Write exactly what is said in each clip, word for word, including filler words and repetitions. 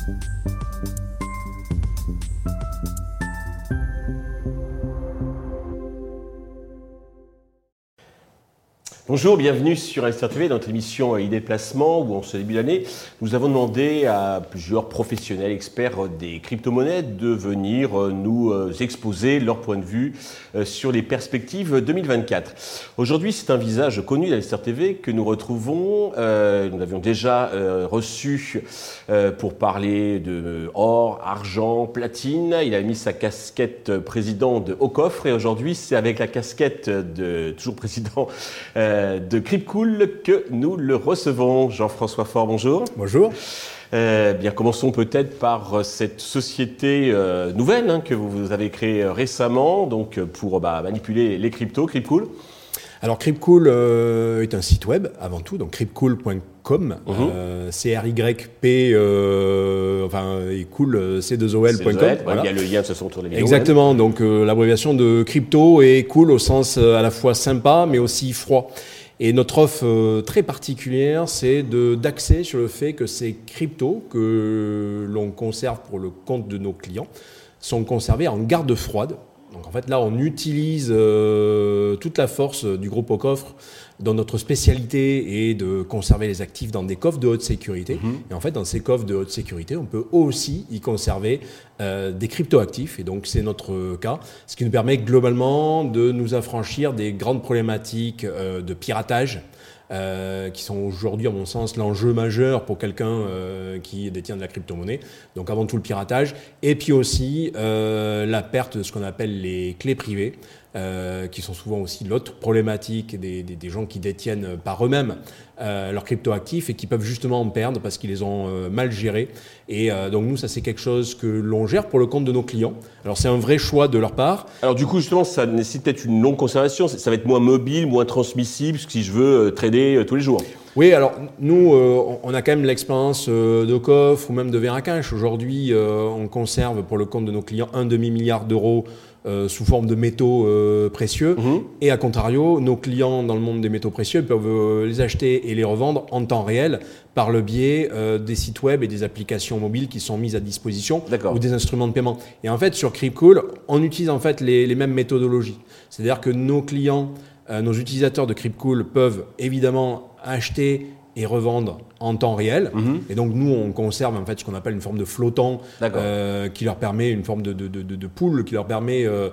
Bonjour, bienvenue sur Investir T V, dans notre émission Idées de placement où en ce début d'année, nous avons demandé à plusieurs professionnels experts des crypto-monnaies de venir nous exposer leur point de vue sur les perspectives deux mille vingt-quatre. Aujourd'hui, c'est un visage connu d'Investir T V que nous retrouvons. Euh, nous l'avions déjà euh, reçu euh, pour parler de or, argent, platine. Il a mis sa casquette président de Haut-Coffre et aujourd'hui, c'est avec la casquette de toujours président euh, de Crypcool que nous le recevons. Jean-François Faure, bonjour. Bonjour. Euh, bien, commençons peut-être par cette société euh, nouvelle hein, que vous, vous avez créée récemment donc pour bah, manipuler les cryptos, Crypcool. Alors Crypcool euh, est un site web avant tout, donc crypcool point com, mmh. euh, C R Y P, euh, enfin et cool, C deux O L point com. Voilà. Il y a le lien de toute façon autour des vidéos. Exactement, même. donc euh, l'abréviation de crypto est cool au sens euh, à la fois sympa mais aussi froid. Et notre offre euh, très particulière, c'est de, d'axer sur le fait que ces cryptos que l'on conserve pour le compte de nos clients sont conservés en garde froide. Donc en fait là on utilise euh, toute la force du groupe Haut-Coffre dans notre spécialité est de conserver les actifs dans des coffres de haute sécurité. Mmh. Et en fait dans ces coffres de haute sécurité on peut aussi y conserver euh, des cryptoactifs et donc c'est notre cas, ce qui nous permet globalement de nous affranchir des grandes problématiques euh, de piratage. Euh, qui sont aujourd'hui, à mon sens, l'enjeu majeur pour quelqu'un euh, qui détient de la crypto-monnaie. Donc avant tout le piratage, et puis aussi euh, la perte de ce qu'on appelle les clés privées, euh, qui sont souvent aussi l'autre problématique des, des, des gens qui détiennent par eux-mêmes euh, leurs crypto-actifs et qui peuvent justement en perdre parce qu'ils les ont euh, mal gérés. Et euh, donc nous, ça c'est quelque chose que l'on gère pour le compte de nos clients. Alors c'est un vrai choix de leur part. Alors du coup, justement, ça nécessite peut-être une longue conservation. Ça va être moins mobile, moins transmissible si je veux trader tous les jours. Oui, alors nous, euh, on a quand même l'expérience euh, de Coffre ou même de Veracash. Aujourd'hui, euh, on conserve pour le compte de nos clients un demi-milliard d'euros euh, sous forme de métaux euh, précieux. Mmh. Et à contrario, nos clients dans le monde des métaux précieux peuvent euh, les acheter et les revendre en temps réel par le biais euh, des sites web et des applications mobiles qui sont mises à disposition. D'accord. Ou des instruments de paiement. Et en fait, sur Crypcool, on utilise en fait les, les mêmes méthodologies. C'est-à-dire que nos clients, euh, nos utilisateurs de Crypcool peuvent évidemment acheter et revendre en temps réel. Mmh. Et donc, nous, on conserve en fait ce qu'on appelle une forme de flottant euh, qui leur permet, une forme de, de, de, de pool qui leur permet euh,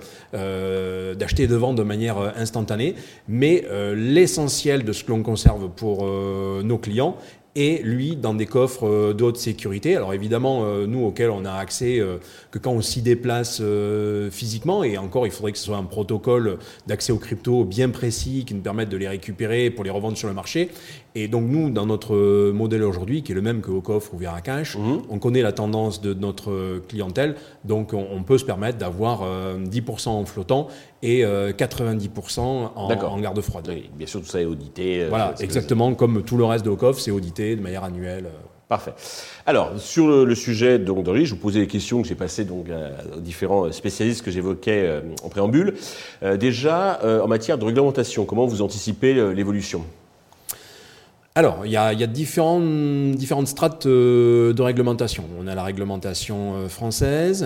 euh, d'acheter et de vendre de manière instantanée. Mais euh, l'essentiel de ce que l'on conserve pour euh, nos clients et lui dans des coffres de haute sécurité. Alors évidemment, euh, nous auxquels on a accès euh, que quand on s'y déplace euh, physiquement, et encore il faudrait que ce soit un protocole d'accès aux cryptos bien précis qui nous permette de les récupérer pour les revendre sur le marché. Et donc nous, dans notre modèle aujourd'hui, qui est le même que Haut-Coffre ou Veracash, mmh. on connaît la tendance de notre clientèle, donc on, on peut se permettre d'avoir euh, dix pour cent en flottant et euh, quatre-vingt-dix pour cent en, en garde froide. Oui, bien sûr, tout ça est audité. Voilà, c'est exactement, c'est... comme tout le reste de Haut-Coffre, c'est audité de manière annuelle. Parfait. Alors, sur le, le sujet donc, d'origine, je vous posais des questions que j'ai passées donc, aux différents spécialistes que j'évoquais euh, en préambule. Euh, déjà, euh, en matière de réglementation, comment vous anticipez euh, l'évolution ? Alors, il y a, il y a différentes, différentes strates de réglementation. On a la réglementation française,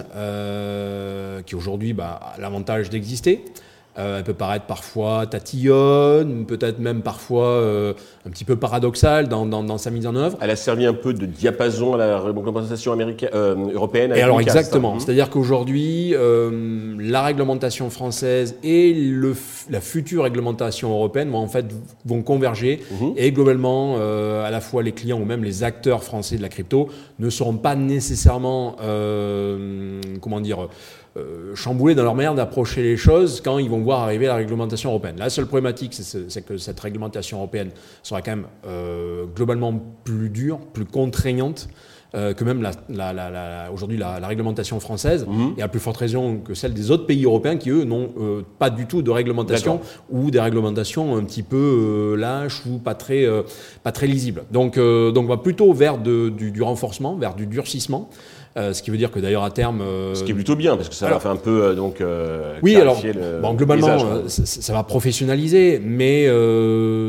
euh, qui aujourd'hui bah, a l'avantage d'exister. Euh, elle peut paraître parfois tatillonne, peut-être même parfois euh, un petit peu paradoxale dans, dans, dans sa mise en œuvre. Elle a servi un peu de diapason à la réglementation américaine, euh, européenne. Et alors exactement, hein. C'est-à-dire qu'aujourd'hui, euh, la réglementation française et le, la future réglementation européenne vont en fait vont converger mmh. et globalement, euh, à la fois les clients ou même les acteurs français de la crypto ne seront pas nécessairement, euh, comment dire, Euh, chamboulés dans leur manière d'approcher les choses quand ils vont voir arriver la réglementation européenne. La seule problématique, c'est, c'est que cette réglementation européenne sera quand même euh, globalement plus dure, plus contraignante euh, que même la, la, la, la, aujourd'hui la, la réglementation française, mmh. et à plus forte raison que celle des autres pays européens qui, eux, n'ont euh, pas du tout de réglementation. D'accord. Ou des réglementations un petit peu euh, lâches ou pas très, euh, pas très lisibles. Donc, euh, donc on va plutôt vers de, du, du renforcement, vers du durcissement. Euh, ce qui veut dire que d'ailleurs à terme... Euh, ce qui est plutôt bien, parce que ça alors, va faire un peu euh, donc, euh, oui, alors, le bon, globalement, euh, ça, ça va professionnaliser, mais euh,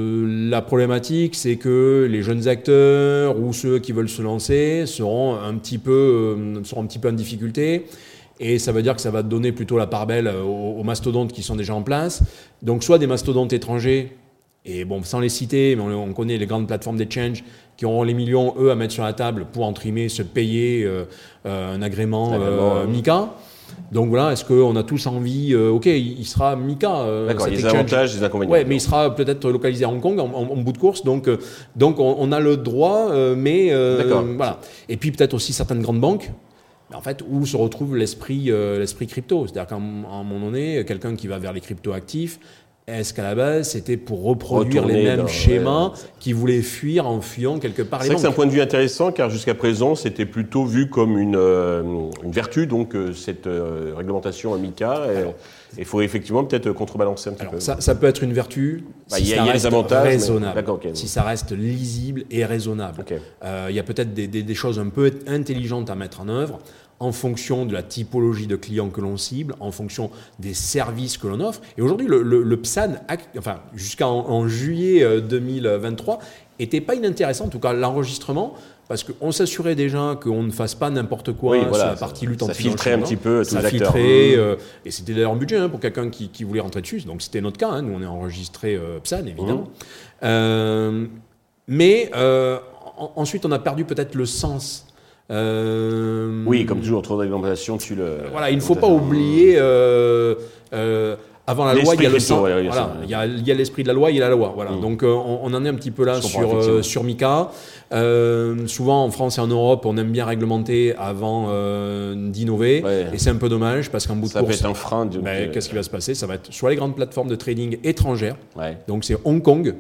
la problématique, c'est que les jeunes acteurs ou ceux qui veulent se lancer seront un petit peu, euh, seront un petit peu en difficulté. Et ça veut dire que ça va donner plutôt la part belle aux, aux mastodontes qui sont déjà en place. Donc, soit des mastodontes étrangers, et bon, sans les citer, mais on, on connaît les grandes plateformes d'exchange qui auront les millions, eux, à mettre sur la table pour, entre guillemets, se payer euh, euh, un agrément euh, MiCA. Donc voilà, est-ce qu'on a tous envie euh, ok, il sera MiCA. Euh, D'accord, il y a des exchange. avantages, des inconvénients. Ouais, mais il sera peut-être localisé à Hong Kong en, en, en bout de course. Donc, euh, donc on, on a le droit, euh, mais euh, D'accord. voilà. Et puis peut-être aussi certaines grandes banques. En fait, où se retrouve l'esprit, euh, l'esprit crypto. C'est-à-dire qu'à un moment donné, quelqu'un qui va vers les crypto-actifs, est-ce qu'à la base, c'était pour reproduire Retourner les mêmes dans, schémas ouais, qui voulaient fuir en fuyant quelque part c'est les banques? C'est vrai que c'est un point de vue intéressant, car jusqu'à présent, c'était plutôt vu comme une, euh, une vertu, donc euh, cette euh, réglementation MiCA. Il faut effectivement peut-être contrebalancer un petit Alors, peu. Ça, ça peut être une vertu bah, si y a, ça y a reste des avantages, raisonnable, mais... okay. si ça reste lisible et raisonnable. Okay. Euh, il y a peut-être des, des, des choses un peu intelligentes à mettre en œuvre en fonction de la typologie de clients que l'on cible, en fonction des services que l'on offre. Et aujourd'hui, le, le, le P S A N, enfin, jusqu'en en juillet deux mille vingt-trois, n'était pas inintéressant, en tout cas l'enregistrement, parce qu'on s'assurait déjà qu'on ne fasse pas n'importe quoi oui, voilà, sur la partie lutte anti-blanchiment. Ça filtrait un petit peu tous ça les acteurs. Filtrait, euh, et c'était d'ailleurs un budget hein, pour quelqu'un qui, qui voulait rentrer dessus. Donc c'était notre cas, hein, nous on est enregistré euh, P S A N évidemment. Mmh. Euh, mais euh, en, ensuite on a perdu peut-être le sens. Euh, oui, comme toujours, trop de réglementation, tu le... Voilà, il ne faut pas oublier... Euh, euh, avant la loi, il y a le sens. Ouais, voilà, il y a, il y a l'esprit de la loi, il y a la loi. Voilà. Mmh. Donc, euh, on, on en est un petit peu là sur, euh, sur MiCA. Euh, souvent, en France et en Europe, on aime bien réglementer avant euh, d'innover. Ouais. Et c'est un peu dommage parce qu'en bout ça de course... Ça peut être un frein. Ben, euh, qu'est-ce qui va se passer? Ça va être soit les grandes plateformes de trading étrangères. Ouais. Donc, c'est Hong Kong.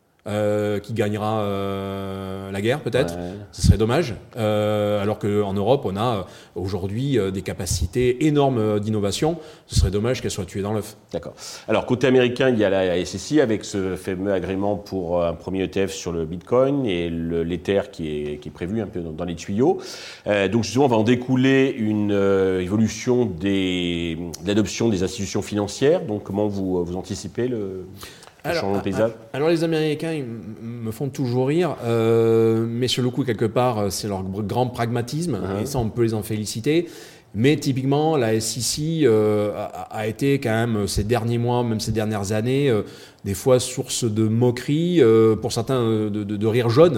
Euh, qui gagnera euh, la guerre peut-être, ouais. Ce serait dommage, euh, alors qu'en Europe on a euh, aujourd'hui euh, des capacités énormes d'innovation, ce serait dommage qu'elles soient tuées dans l'œuf. D'accord. Alors côté américain, il y a la S E C avec ce fameux agrément pour un premier E T F sur le Bitcoin et l'Ether qui est, qui est prévu un peu dans, dans les tuyaux. Euh, donc justement on va en découler une euh, évolution des, de l'adoption des institutions financières, donc comment vous, vous anticipez le... Alors, alors les Américains ils me font toujours rire, euh, mais sur le coup quelque part c'est leur grand pragmatisme uh-huh. et ça on peut les en féliciter. Mais typiquement la S E C euh, a, a été quand même ces derniers mois, même ces dernières années, euh, des fois source de moquerie, euh, pour certains de, de, de rire jaune,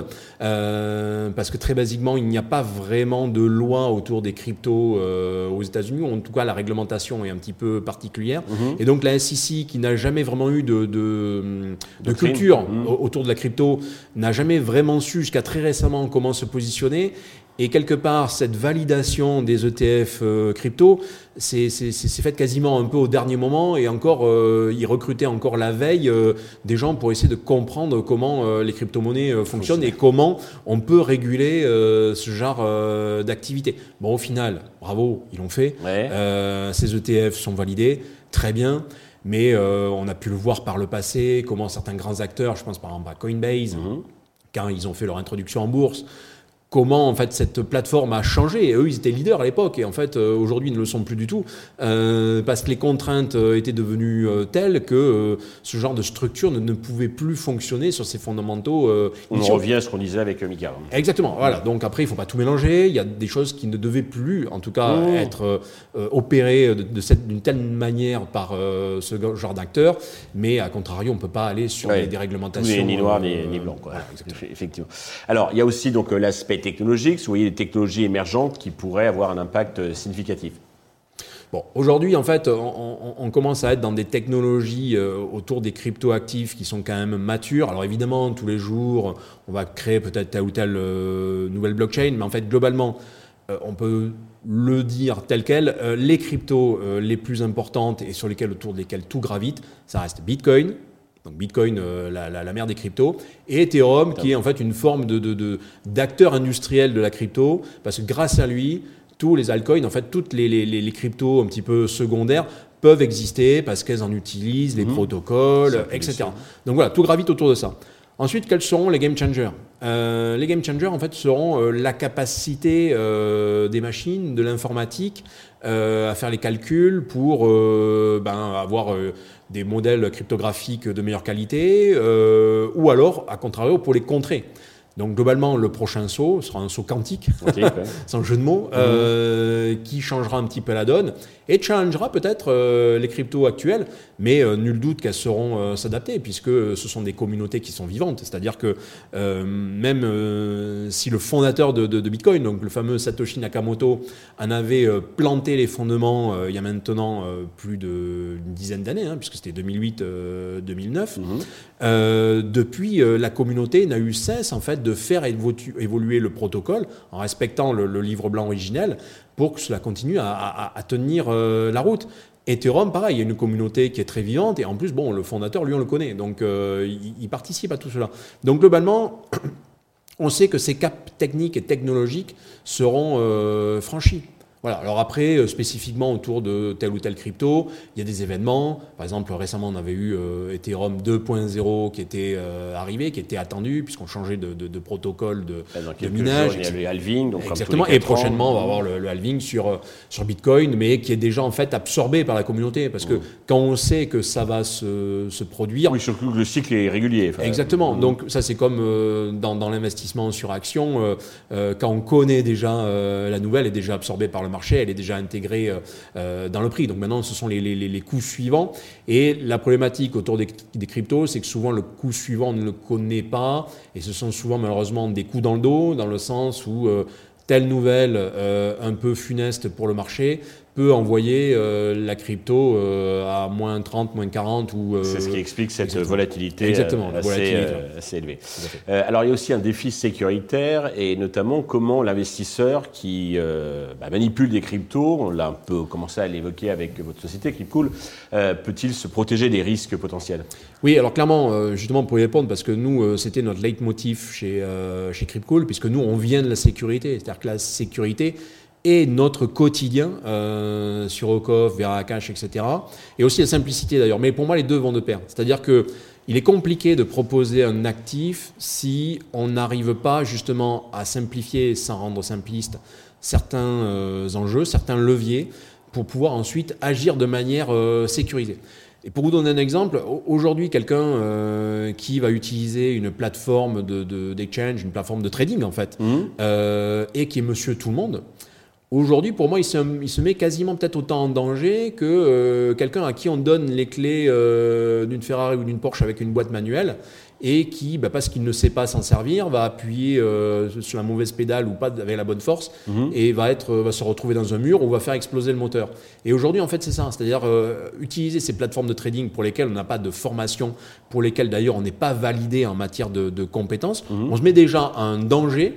euh, parce que très basiquement il n'y a pas vraiment de loi autour des cryptos euh, aux États-Unis. En tout cas la réglementation est un petit peu particulière. Mm-hmm. Et donc la S E C qui n'a jamais vraiment eu de, de, de culture mm-hmm. autour de la crypto n'a jamais vraiment su jusqu'à très récemment comment se positionner. Et quelque part, cette validation des E T F euh, crypto, c'est, c'est, c'est fait quasiment un peu au dernier moment. Et encore, euh, ils recrutaient encore la veille euh, des gens pour essayer de comprendre comment euh, les crypto-monnaies euh, fonctionnent et comment on peut réguler euh, ce genre euh, d'activité. Bon, au final, bravo, ils l'ont fait. Ouais. Euh, ces E T F sont validés, très bien. Mais euh, on a pu le voir par le passé, comment certains grands acteurs, je pense par exemple à Coinbase, mmh. quand ils ont fait leur introduction en bourse, comment en fait cette plateforme a changé. Et eux, ils étaient leaders à l'époque et en fait euh, aujourd'hui ils ne le sont plus du tout euh, parce que les contraintes euh, étaient devenues euh, telles que euh, ce genre de structure ne, ne pouvait plus fonctionner sur ses fondamentaux. Euh, On en revient à ce qu'on disait avec euh, MiCA. Exactement. Voilà. Donc après, il ne faut pas tout mélanger. Il y a des choses qui ne devaient plus, en tout cas, mmh. être euh, opérées de, de cette, d'une telle manière par euh, ce genre d'acteurs. Mais à contrario, on ne peut pas aller sur ouais. des, des réglementations. Ni noir euh, ni, ni blanc. Quoi. Voilà, effectivement. Alors, il y a aussi donc l'aspect technologique, vous voyez des technologies émergentes qui pourraient avoir un impact significatif. Bon, aujourd'hui, en fait, on, on, on commence à être dans des technologies euh, autour des crypto-actifs qui sont quand même matures. Alors évidemment, tous les jours, on va créer peut-être telle ou telle euh, nouvelle blockchain, mais en fait, globalement, euh, on peut le dire tel quel, euh, les cryptos euh, les plus importantes et sur lesquelles, autour desquelles tout gravite, ça reste Bitcoin. Donc Bitcoin, euh, la, la, la mère des cryptos, et Ethereum, qui est en fait une forme de, de, de, d'acteur industriel de la crypto, parce que grâce à lui, tous les altcoins, en fait, toutes les, les, les cryptos un petit peu secondaires peuvent exister parce qu'elles en utilisent les mmh. protocoles, et cetera. Donc voilà, tout gravite autour de ça. Ensuite, quels seront les game changers ? Euh, les game changers, en fait, seront euh, la capacité euh, des machines, de l'informatique, euh, à faire les calculs pour euh, ben, avoir euh, des modèles cryptographiques de meilleure qualité, euh, ou alors, à contrario, pour les contrer. Donc globalement, le prochain saut sera un saut quantique, okay, ouais. sans jeu de mots, mmh. euh, qui changera un petit peu la donne et challengera peut-être euh, les cryptos actuelles, mais euh, nul doute qu'elles sauront euh, s'adapter, puisque ce sont des communautés qui sont vivantes. C'est-à-dire que euh, même euh, si le fondateur de, de, de Bitcoin, donc le fameux Satoshi Nakamoto, en avait euh, planté les fondements euh, il y a maintenant euh, plus d'une dizaine d'années, hein, puisque c'était deux mille huit deux mille neuf, mmh. euh, depuis, euh, la communauté n'a eu cesse en fait de faire évoluer le protocole en respectant le, le livre blanc originel pour que cela continue à, à, à tenir euh, la route. Ethereum, pareil, il y a une communauté qui est très vivante et en plus, bon, le fondateur, lui, on le connaît, donc euh, il, il participe à tout cela. Donc globalement, on sait que ces caps techniques et technologiques seront euh, franchis. Voilà. Alors après, euh, spécifiquement autour de tel ou tel crypto, il y a des événements. Par exemple, récemment, on avait eu euh, Ethereum deux point zéro qui était euh, arrivé, qui était attendu, puisqu'on changeait de, de, de protocole de, de minage. Jours, il y a le halving. Donc exactement. Et prochainement, ans, on va avoir le, le halving sur, sur Bitcoin, mais qui est déjà en fait absorbé par la communauté. Parce que mmh. quand on sait que ça va se, se produire... Oui, surtout que le cycle est régulier. Enfin, exactement. Mmh. Donc ça, c'est comme euh, dans, dans l'investissement sur action. Euh, euh, quand on connaît déjà euh, la nouvelle, elle est déjà absorbée par le marché, elle est déjà intégrée euh, dans le prix. Donc maintenant, ce sont les, les, les coûts suivants. Et la problématique autour des, des cryptos, c'est que souvent, le coût suivant, on ne le connaît pas. Et ce sont souvent, malheureusement, des coups dans le dos, dans le sens où euh, telle nouvelle, euh, un peu funeste pour le marché, peut envoyer euh, la crypto euh, à moins trente, moins quarante. Ou, euh, c'est ce qui explique cette exactement. volatilité, exactement, assez, volatilité. Euh, assez élevée. Euh, alors il y a aussi un défi sécuritaire et notamment comment l'investisseur qui euh, bah, manipule des cryptos, on l'a un peu commencé à l'évoquer avec votre société Cryptcool, euh, peut-il se protéger des risques potentiels ? Oui, alors clairement, euh, justement pour y répondre, parce que nous, euh, c'était notre leitmotiv chez, euh, chez Cryptcool, puisque nous, on vient de la sécurité, c'est-à-dire que la sécurité et notre quotidien euh, sur Ocoff, Veracash, et cetera. Et aussi la simplicité d'ailleurs. Mais pour moi, les deux vont de pair. C'est-à-dire qu'il est compliqué de proposer un actif si on n'arrive pas justement à simplifier, sans rendre simpliste, certains euh, enjeux, certains leviers, pour pouvoir ensuite agir de manière euh, sécurisée. Et pour vous donner un exemple, aujourd'hui, quelqu'un euh, qui va utiliser une plateforme de, de, d'exchange, une plateforme de trading en fait, mmh. euh, et qui est monsieur tout le monde, aujourd'hui, pour moi, il se, il se met quasiment peut-être autant en danger que euh, quelqu'un à qui on donne les clés euh, d'une Ferrari ou d'une Porsche avec une boîte manuelle et qui, bah, parce qu'il ne sait pas s'en servir, va appuyer euh, sur la mauvaise pédale ou pas avec la bonne force mmh. et va, être, va se retrouver dans un mur ou va faire exploser le moteur. Et aujourd'hui, en fait, c'est ça. C'est-à-dire euh, utiliser ces plateformes de trading pour lesquelles on n'a pas de formation, pour lesquelles d'ailleurs on n'est pas validé en matière de, de compétences, mmh. on se met déjà à un danger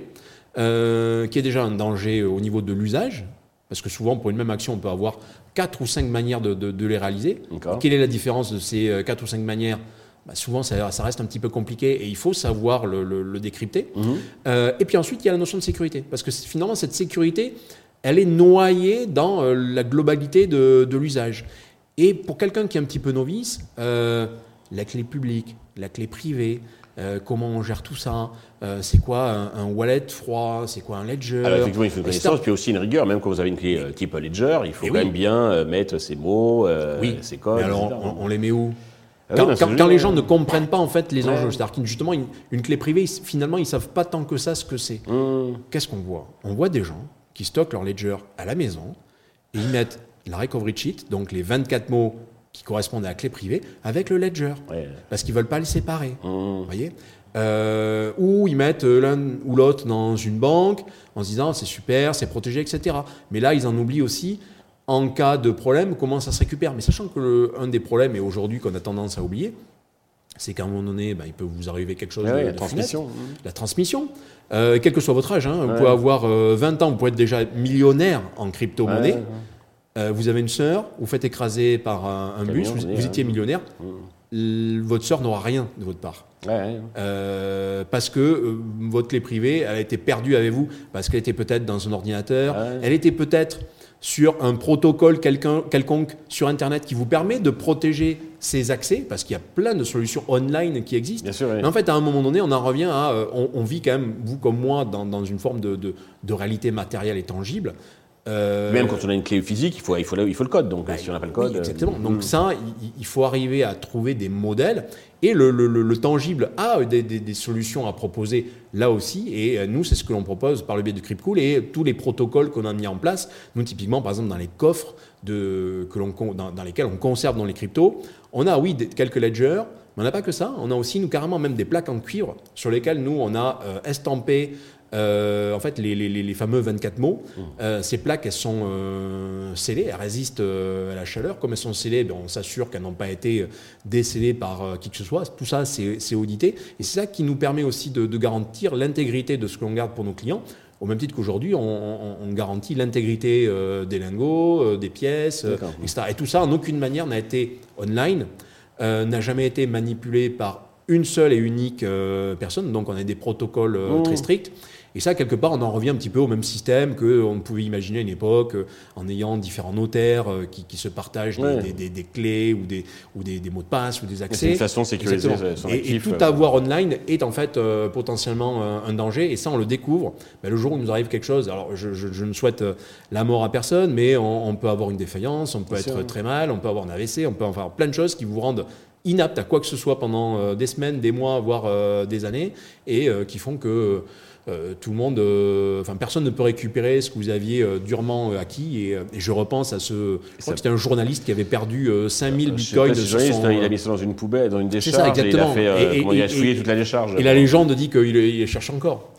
Euh, qui est déjà un danger au niveau de l'usage, parce que souvent, pour une même action, on peut avoir quatre ou cinq manières de, de, de les réaliser. Quelle est la différence de ces quatre ou cinq manières ? Bah, souvent, ça, ça reste un petit peu compliqué et il faut savoir le, le, le décrypter. Mmh. Euh, et puis ensuite, il y a la notion de sécurité, parce que finalement, cette sécurité, elle est noyée dans euh, la globalité de, de l'usage. Et pour quelqu'un qui est un petit peu novice, euh, la clé publique, la clé privée, Euh, comment on gère tout ça, euh, c'est quoi un, un wallet froid, c'est quoi un ledger. Alors effectivement, il faut une connaissance, puis aussi une rigueur, même quand vous avez une clé euh, type ledger, il faut et quand oui. même bien euh, mettre ses mots, euh, oui. ses codes. Mais alors, on, on les met où ah Quand, oui, non, quand, quand les gens ne comprennent pas en fait les enjeux, ouais. c'est-à-dire que justement une, une clé privée, finalement, ils ne savent pas tant que ça ce que c'est. Mmh. Qu'est-ce qu'on voit ? On voit des gens qui stockent leur ledger à la maison et ils mettent la recovery sheet, donc les vingt-quatre mots qui correspondent à la clé privée, avec le ledger, ouais. parce qu'ils ne veulent pas les séparer. Mmh. Vous voyez ? Euh, ou ils mettent l'un ou l'autre dans une banque en se disant c'est super, c'est protégé, et cetera. Mais là, ils en oublient aussi, en cas de problème, comment ça se récupère. Mais sachant que le, un des problèmes, et aujourd'hui qu'on a tendance à oublier, c'est qu'à un moment donné, ben, il peut vous arriver quelque chose ah de, ouais, de la transmission. Mmh. La transmission. Euh, quel que soit votre âge, hein, vous ouais. pouvez avoir euh, vingt ans, vous pouvez être déjà millionnaire en crypto-monnaie. Ouais, ouais. Euh, vous avez une sœur, vous faites écraser par un, un bus, vous, vous étiez millionnaire, mmh. l- votre sœur n'aura rien de votre part. Ouais, ouais. Euh, parce que euh, votre clé privée, elle a été perdue avec vous, parce qu'elle était peut-être dans un ordinateur, ouais. elle était peut-être sur un protocole quelconque sur Internet qui vous permet de protéger ces accès, parce qu'il y a plein de solutions online qui existent. Bien sûr, oui. Mais en fait, à un moment donné, on en revient à... Euh, on, on vit quand même, vous comme moi, dans, dans une forme de, de, de réalité matérielle et tangible. Euh, Même quand on a une clé physique, il faut, il faut, il faut le code. Donc, bah, si on n'a pas le code... Oui, exactement. Euh, donc mmh. ça, il, il faut arriver à trouver des modèles. Et le, le, le, le tangible a des, des, des solutions à proposer là aussi. Et nous, c'est ce que l'on propose par le biais de Cryptcool et tous les protocoles qu'on a mis en place. Nous, typiquement, par exemple, dans les coffres de, que l'on, dans, dans lesquels on conserve dans les cryptos, on a, oui, des, quelques ledgers, mais on n'a pas que ça. On a aussi, nous, carrément, même des plaques en cuivre sur lesquelles, nous, on a euh, estampé Euh, en fait, les, les, les fameux vingt-quatre mots, mmh. euh, ces plaques, elles sont euh, scellées, elles résistent euh, à la chaleur. Comme elles sont scellées, ben, on s'assure qu'elles n'ont pas été décellées par euh, qui que ce soit. Tout ça, c'est, c'est audité. Et c'est ça qui nous permet aussi de, de garantir l'intégrité de ce que l'on garde pour nos clients. Au même titre qu'aujourd'hui, on, on, on garantit l'intégrité euh, des lingots, euh, des pièces, euh, et cetera. Et tout ça, en aucune manière, n'a été online, euh, n'a jamais été manipulé par une seule et unique euh, personne. Donc, on a des protocoles euh, mmh. très stricts. Et ça, quelque part, on en revient un petit peu au même système qu'on pouvait imaginer à une époque, euh, en ayant différents notaires euh, qui, qui se partagent des, ouais. des, des, des clés ou, des, ou des, des mots de passe ou des accès. C'est une façon de sécuriser son et, actif. Et tout avoir online est en fait euh, potentiellement euh, un danger. Et ça, on le découvre. Ben, le jour où il nous arrive quelque chose, alors je, je, je ne souhaite euh, la mort à personne, mais on, on peut avoir une défaillance, on peut Bien être sûr. très mal, on peut avoir un A V C, on peut avoir plein de choses qui vous rendent inapte à quoi que ce soit pendant euh, des semaines, des mois, voire euh, des années, et euh, qui font que euh, tout le monde, enfin euh, personne ne peut récupérer ce que vous aviez euh, durement euh, acquis. Et, euh, et je repense à ce, je crois ça... que c'était un journaliste qui avait perdu euh, cinq mille bitcoins. Si sur son... Il a mis ça dans une poubelle, dans une décharge. C'est ça, exactement. Et il a fait, euh, et, comment et, il a fouillé toute la décharge. Et la légende dit qu'il il cherche encore.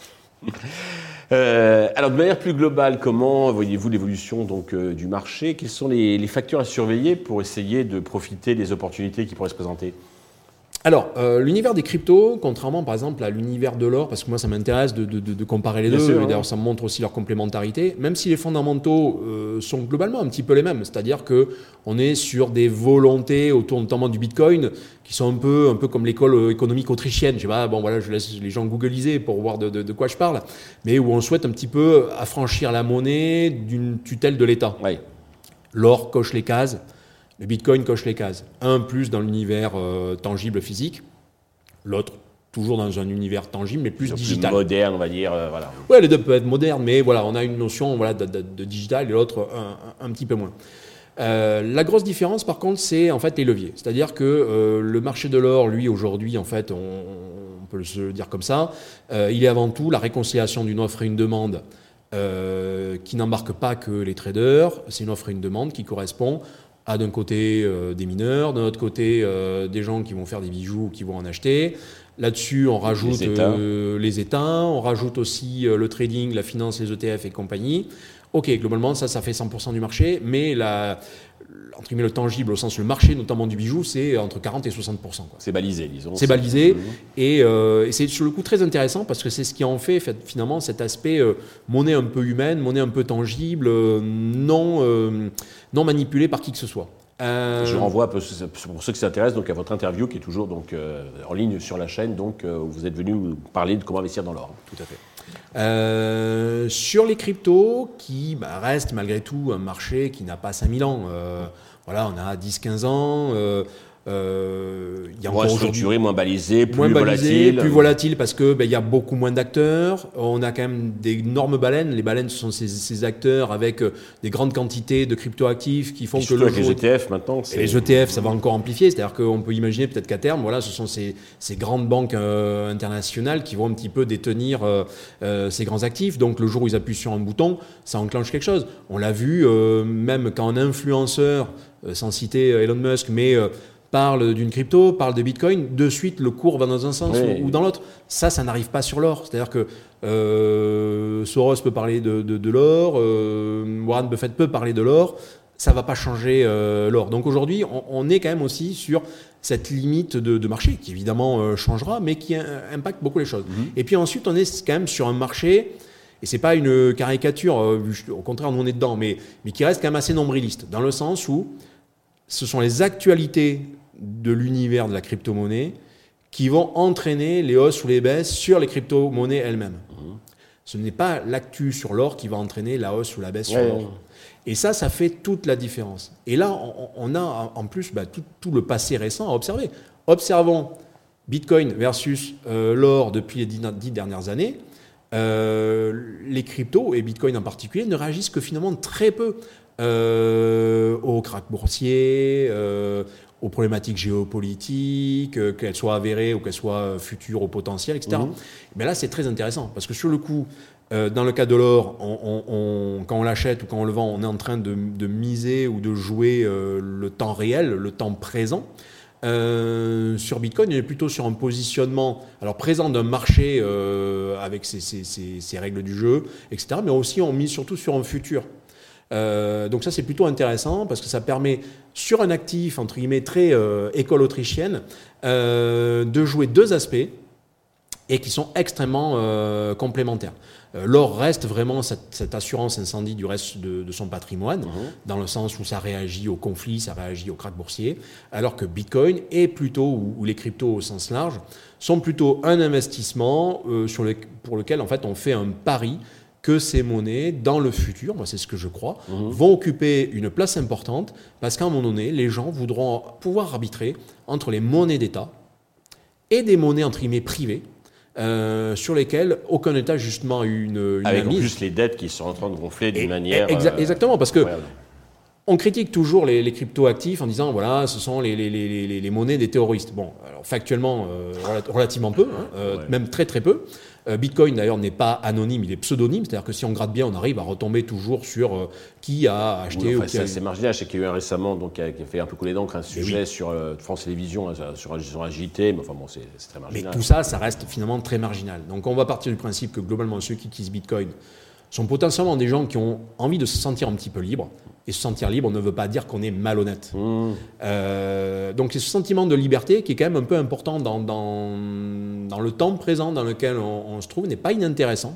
Euh, alors, de manière plus globale, comment voyez-vous l'évolution donc, euh, du marché ? Quels sont les, les facteurs à surveiller pour essayer de profiter des opportunités qui pourraient se présenter ? Alors, euh, l'univers des cryptos, contrairement par exemple à l'univers de l'or, parce que moi ça m'intéresse de, de, de comparer les Bien deux, sûr, et d'ailleurs ouais. ça me montre aussi leur complémentarité, même si les fondamentaux euh, sont globalement un petit peu les mêmes, c'est-à-dire qu'on est sur des volontés autour notamment du Bitcoin qui sont un peu, un peu comme l'école économique autrichienne. Je sais pas, bon voilà, je laisse les gens googliser pour voir de, de, de quoi je parle, mais où on souhaite un petit peu affranchir la monnaie d'une tutelle de l'État. Ouais. L'or coche les cases. Le Bitcoin coche les cases. Un plus dans l'univers euh, tangible physique, l'autre toujours dans un univers tangible mais plus digital. Plus moderne, on va dire. Euh, voilà. Ouais, les deux peuvent être modernes, mais voilà, on a une notion voilà, de, de, de digital et l'autre un, un, un petit peu moins. Euh, la grosse différence, par contre, c'est en fait les leviers. C'est-à-dire que euh, le marché de l'or, lui, aujourd'hui, en fait, on, on peut le dire comme ça, euh, il est avant tout la réconciliation d'une offre et une demande euh, qui n'embarque pas que les traders. C'est une offre et une demande qui correspond à d'un côté euh, des mineurs, d'un autre côté euh, des gens qui vont faire des bijoux, qui vont en acheter. Là-dessus, on rajoute les États, euh, les États on rajoute aussi euh, le trading, la finance, les E T F et compagnie. Ok, globalement, ça, ça fait cent pour cent du marché, mais la, entre guillemets, le tangible, au sens le marché, notamment du bijou, c'est entre quarante et soixante pour cent. Quoi. C'est balisé, disons. C'est balisé, mmh. et, euh, et c'est sur le coup très intéressant parce que c'est ce qui en fait, fait finalement cet aspect euh, monnaie un peu humaine, monnaie un peu tangible, euh, non, euh, non manipulée par qui que ce soit. Euh... Je renvoie un peu, pour ceux qui s'intéressent donc à votre interview qui est toujours donc, euh, en ligne sur la chaîne, donc euh, où vous êtes venu parler de comment investir dans l'or. Tout à fait. Euh, sur les cryptos, qui bah, restent malgré tout un marché qui n'a pas cinq mille ans. Euh, voilà, on a dix à quinze ans. Euh, Euh, il y a moins structuré, moins balisé, plus moins balisé, volatile. Plus volatile parce que ben, y a beaucoup moins d'acteurs. On a quand même d'énormes baleines. Les baleines, ce sont ces, ces acteurs avec euh, des grandes quantités de cryptoactifs qui font et que le avec jour... les E T F maintenant. Et les E T F, ça va encore amplifier. C'est-à-dire qu'on peut imaginer peut-être qu'à terme, voilà, ce sont ces, ces grandes banques euh, internationales qui vont un petit peu détenir euh, euh, ces grands actifs. Donc le jour où ils appuient sur un bouton, ça enclenche quelque chose. On l'a vu, euh, même quand un influenceur, euh, sans citer Elon Musk, mais euh, parle d'une crypto, parle de Bitcoin, de suite le cours va dans un sens oui. ou, ou dans l'autre. Ça, ça n'arrive pas sur l'or. C'est-à-dire que euh, Soros peut parler de, de, de l'or, euh, Warren Buffett peut parler de l'or, ça ne va pas changer euh, l'or. Donc aujourd'hui, on, on est quand même aussi sur cette limite de, de marché qui évidemment euh, changera, mais qui euh, impacte beaucoup les choses. Mm-hmm. Et puis ensuite, on est quand même sur un marché, et ce n'est pas une caricature, euh, au contraire, nous on est dedans, mais, mais qui reste quand même assez nombriliste, dans le sens où ce sont les actualités de l'univers de la crypto-monnaie qui vont entraîner les hausses ou les baisses sur les crypto-monnaies elles-mêmes. Mmh. Ce n'est pas l'actu sur l'or qui va entraîner la hausse ou la baisse ouais, sur l'or. ouais. Et ça, ça fait toute la différence. Et là, on, on a en plus bah, tout, tout le passé récent à observer. Observons Bitcoin versus euh, l'or depuis les dix, dix dernières années. Euh, les cryptos, et Bitcoin en particulier, ne réagissent que finalement très peu euh, aux cracks boursiers, euh, aux problématiques géopolitiques, euh, qu'elles soient avérées ou qu'elles soient futures ou potentielles, et cetera. Mmh. Mais là, c'est très intéressant, parce que sur le coup, euh, dans le cas de l'or, on, on, on, quand on l'achète ou quand on le vend, on est en train de, de miser ou de jouer euh, le temps réel, le temps présent. Euh, sur Bitcoin, on est plutôt sur un positionnement alors présent d'un marché euh, avec ses, ses, ses, ses règles du jeu, et cetera. Mais aussi on mise surtout sur un futur. Euh, donc ça c'est plutôt intéressant parce que ça permet sur un actif entre guillemets très euh, école autrichienne euh, de jouer deux aspects et qui sont extrêmement euh, complémentaires. Euh, l'or reste vraiment cette, cette assurance incendie du reste de, de son patrimoine, mmh. dans le sens où ça réagit au conflit, ça réagit au krach boursier, alors que Bitcoin est plutôt, ou, ou les cryptos au sens large, sont plutôt un investissement euh, sur le, pour lequel en fait on fait un pari que ces monnaies, dans le futur, moi c'est ce que je crois, mmh. vont occuper une place importante, parce qu'à un moment donné, les gens voudront pouvoir arbitrer entre les monnaies d'État et des monnaies entre guillemets privées, Euh, sur lesquels aucun État justement a eu une, une avec mise. en plus les dettes qui sont en train de gonfler d'une et, manière exa- exactement parce que ouais, on critique toujours les, les crypto-actifs en disant voilà ce sont les, les, les, les, les monnaies des terroristes. Bon, alors factuellement euh, relativement peu, hein, euh, ouais. même très très peu. Euh, Bitcoin d'ailleurs n'est pas anonyme, il est pseudonyme, c'est-à-dire que si on gratte bien, on arrive à retomber toujours sur euh, qui a acheté oui, enfin, ou qui ça, a... c'est marginal. Je sais qu'il y a eu un récemment donc, qui, a, qui a fait un peu couler d'encre un sujet oui. sur euh, France Télévisions, hein, sur, sur un J T, mais enfin bon, c'est, c'est très marginal. Mais tout ça, ça reste finalement très marginal. Donc on va partir du principe que globalement ceux qui utilisent Bitcoin sont potentiellement des gens qui ont envie de se sentir un petit peu libre. Et se sentir libre ne veut pas dire qu'on est malhonnête. Mmh. Euh, donc c'est ce sentiment de liberté qui est quand même un peu important dans, dans, dans le temps présent dans lequel on, on se trouve, n'est pas inintéressant.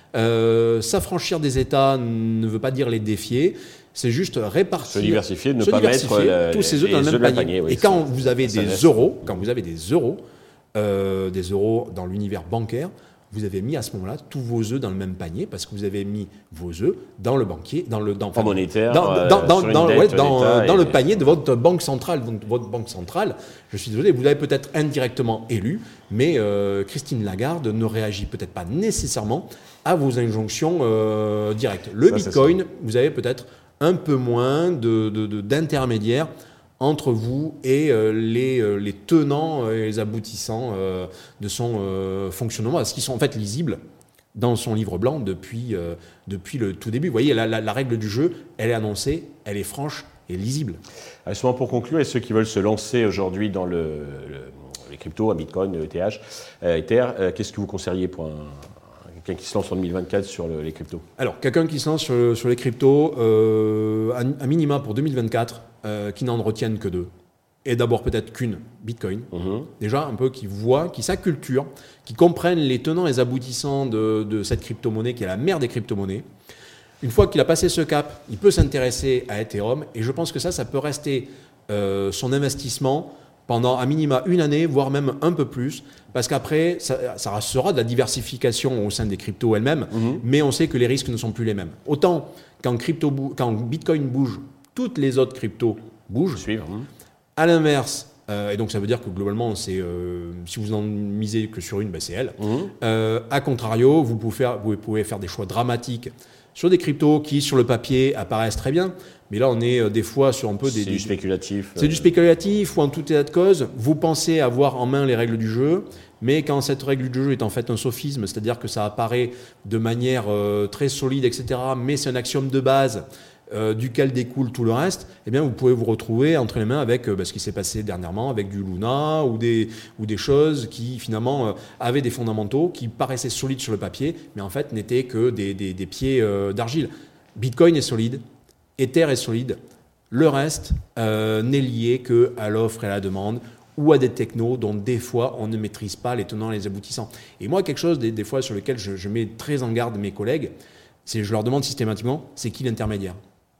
Euh, s'affranchir des États ne veut pas dire les défier. C'est juste répartir, se diversifier, ne se pas diversifier mettre tous ces œufs dans le même panier. panier oui, et quand vous avez des euros, quand vous avez des euros, euh, des euros dans l'univers bancaire, vous avez mis à ce moment-là tous vos œufs dans le même panier parce que vous avez mis vos œufs dans le banquier, dans le dans, enfin, monétaire, dans, euh, dans, dans, dans, ouais, dans, dans et... le panier de votre banque centrale. Donc, votre banque centrale, je suis désolé, vous l'avez peut-être indirectement élu, mais euh, Christine Lagarde ne réagit peut-être pas nécessairement à vos injonctions euh, directes. Le ça, Bitcoin, vous avez peut-être un peu moins de, de, de, d'intermédiaires entre vous et euh, les, euh, les tenants et les aboutissants euh, de son euh, fonctionnement, parce qu'ils sont en fait lisibles dans son livre blanc depuis, euh, depuis le tout début. Vous voyez, la, la, la règle du jeu, elle est annoncée, elle est franche et lisible. Alors, justement, pour conclure, et ceux qui veulent se lancer aujourd'hui dans le, le, les cryptos, Bitcoin, E T H, euh, Ether, euh, qu'est-ce que vous conseilleriez pour un, quelqu'un qui se lance en deux mille vingt-quatre sur le, les cryptos? Alors, quelqu'un qui se lance sur, sur les cryptos, euh, à, à minima pour deux mille vingt-quatre, Euh, qui n'en retiennent que deux. Et d'abord peut-être qu'une, Bitcoin. Mmh. Déjà un peu qui voient, qui s'acculturent, qui comprennent les tenants et les aboutissants de, de cette crypto-monnaie qui est la mère des crypto-monnaies. Une fois qu'il a passé ce cap, il peut s'intéresser à Ethereum. Et je pense que ça, ça peut rester euh, son investissement pendant à minima une année, voire même un peu plus. Parce qu'après, ça, ça sera de la diversification au sein des cryptos elles-mêmes. Mmh. Mais on sait que les risques ne sont plus les mêmes. Autant quand, crypto, quand Bitcoin bouge, toutes les autres cryptos bougent. Suivre. Hein. À l'inverse, euh, et donc ça veut dire que globalement, c'est, euh, si vous en misez que sur une, ben c'est elle. Mmh. Euh, à contrario, vous pouvez, faire, vous pouvez faire des choix dramatiques sur des cryptos qui, sur le papier, apparaissent très bien. Mais là, on est euh, des fois sur un peu des... C'est du spéculatif. C'est euh... du spéculatif ou en tout état de cause. Vous pensez avoir en main les règles du jeu, mais quand cette règle du jeu est en fait un sophisme, c'est-à-dire que ça apparaît de manière euh, très solide, et cetera, mais c'est un axiome de base Euh, duquel découle tout le reste, eh bien, vous pouvez vous retrouver entre les mains avec euh, bah, ce qui s'est passé dernièrement avec du Luna ou des, ou des choses qui finalement euh, avaient des fondamentaux, qui paraissaient solides sur le papier, mais en fait n'étaient que des, des, des pieds euh, d'argile. Bitcoin est solide, Ether est solide, le reste euh, n'est lié qu'à l'offre et à la demande ou à des technos dont des fois on ne maîtrise pas les tenants et les aboutissants. Et moi, quelque chose des, des fois sur lequel je, je mets très en garde mes collègues, c'est je leur demande systématiquement, c'est qui l'intermédiaire ?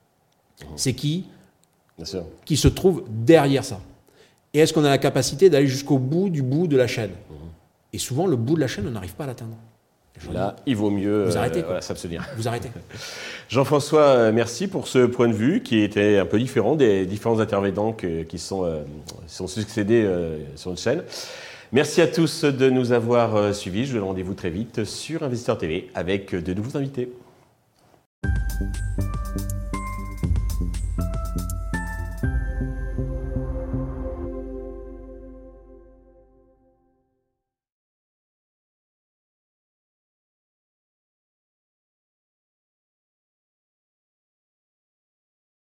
C'est qui qui se trouve derrière ça. Et est-ce qu'on a la capacité d'aller jusqu'au bout du bout de la chaîne ? Et souvent, le bout de la chaîne, on n'arrive pas à l'atteindre. Là, il vaut mieux vous arrêtez, euh, voilà, s'abstenir. Vous arrêtez. Jean-François, merci pour ce point de vue qui était un peu différent des différents intervenants que, qui sont, euh, sont succédés euh, sur notre chaîne. Merci à tous de nous avoir euh, suivis. Je vous donne rendez-vous très vite sur Investisseur T V avec de nouveaux invités.